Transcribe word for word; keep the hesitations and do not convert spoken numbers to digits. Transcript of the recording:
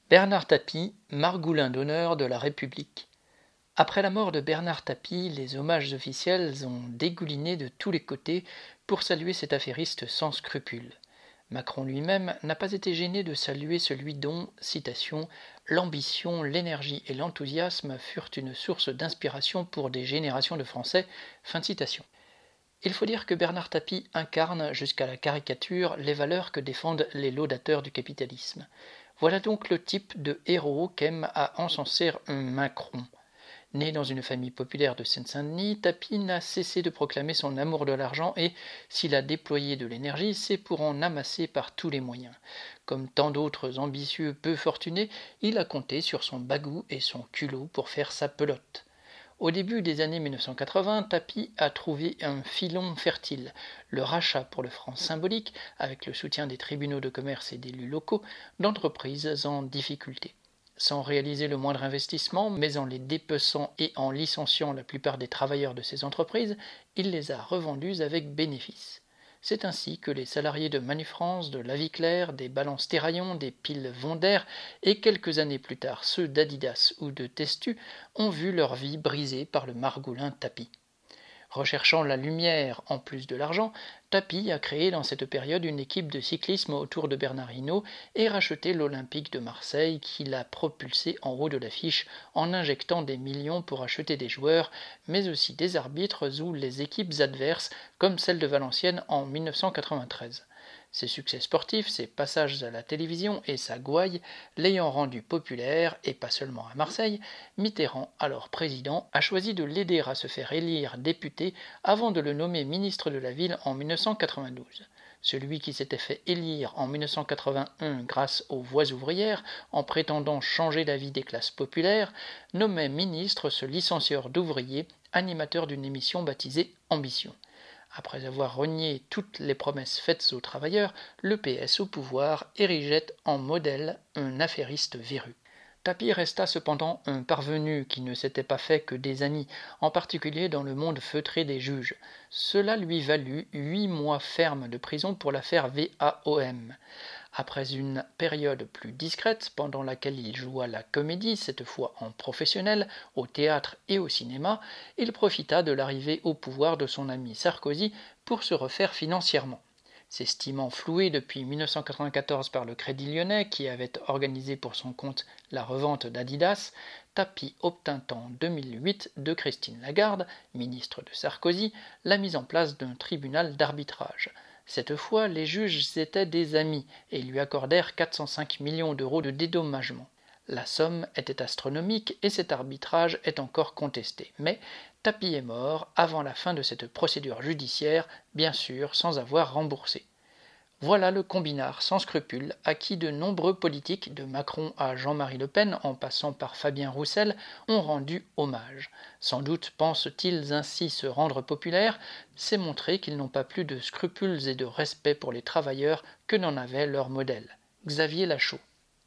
Bernard Tapie, margoulin d'honneur de la République. Après la mort de Bernard Tapie, les hommages officiels ont dégouliné de tous les côtés pour saluer cet affairiste sans scrupules. Macron lui-même n'a pas été gêné de saluer celui dont, citation, « l'ambition, l'énergie et l'enthousiasme furent une source d'inspiration pour des générations de Français », fin de citation. Il faut dire que Bernard Tapie incarne jusqu'à la caricature les valeurs que défendent les laudateurs du capitalisme. Voilà donc le type de héros qu'aime à encenser un Macron. Né dans une famille populaire de Seine-Saint-Denis, Tapie n'a cessé de proclamer son amour de l'argent et, s'il a déployé de l'énergie, c'est pour en amasser par tous les moyens. Comme tant d'autres ambitieux peu fortunés, il a compté sur son bagou et son culot pour faire sa pelote. Au début des années mille neuf cent quatre-vingts, Tapie a trouvé un filon fertile, le rachat pour le franc symbolique, avec le soutien des tribunaux de commerce et d'élus locaux, d'entreprises en difficulté. Sans réaliser le moindre investissement, mais en les dépeçant et en licenciant la plupart des travailleurs de ces entreprises, il les a revendus avec bénéfice. C'est ainsi que les salariés de Manufrance, de La Vie Claire, des Balances Terraillon, des Piles Vonder et quelques années plus tard ceux d'Adidas ou de Testu ont vu leur vie brisée par le margoulin Tapie. Recherchant la lumière en plus de l'argent, Tapie a créé dans cette période une équipe de cyclisme autour de Bernard Hinault et racheté l'Olympique de Marseille qui l'a propulsé en haut de l'affiche en injectant des millions pour acheter des joueurs, mais aussi des arbitres ou les équipes adverses comme celle de Valenciennes en mille neuf cent quatre-vingt-treize. Ses succès sportifs, ses passages à la télévision et sa gouaille l'ayant rendu populaire, et pas seulement à Marseille, Mitterrand, alors président, a choisi de l'aider à se faire élire député avant de le nommer ministre de la Ville en mille neuf cent quatre-vingt-douze. Celui qui s'était fait élire en mille neuf cent quatre-vingt-un grâce aux voix ouvrières, en prétendant changer la vie des classes populaires, nommait ministre ce licencieur d'ouvriers, animateur d'une émission baptisée Ambition. Après avoir renié toutes les promesses faites aux travailleurs, le P S au pouvoir érigeait en modèle un affairiste verru. Tapie resta cependant un parvenu qui ne s'était pas fait que des amis, en particulier dans le monde feutré des juges. Cela lui valut huit mois fermes de prison pour l'affaire V A O M. Après une période plus discrète, pendant laquelle il joua la comédie, cette fois en professionnel, au théâtre et au cinéma, il profita de l'arrivée au pouvoir de son ami Sarkozy pour se refaire financièrement. S'estimant floué depuis mille neuf cent quatre-vingt-quatorze par le Crédit Lyonnais, qui avait organisé pour son compte la revente d'Adidas, Tapie obtint en deux mille huit de Christine Lagarde, ministre de Sarkozy, la mise en place d'un tribunal d'arbitrage. Cette fois, les juges étaient des amis et lui accordèrent quatre cent cinq millions d'euros de dédommagement. La somme était astronomique et cet arbitrage est encore contesté. Mais Tapie est mort avant la fin de cette procédure judiciaire, bien sûr sans avoir remboursé. Voilà le combinard sans scrupules à qui de nombreux politiques, de Macron à Jean-Marie Le Pen en passant par Fabien Roussel, ont rendu hommage. Sans doute pensent-ils ainsi se rendre populaires, c'est montrer qu'ils n'ont pas plus de scrupules et de respect pour les travailleurs que n'en avait leur modèle, Xavier Lachaud.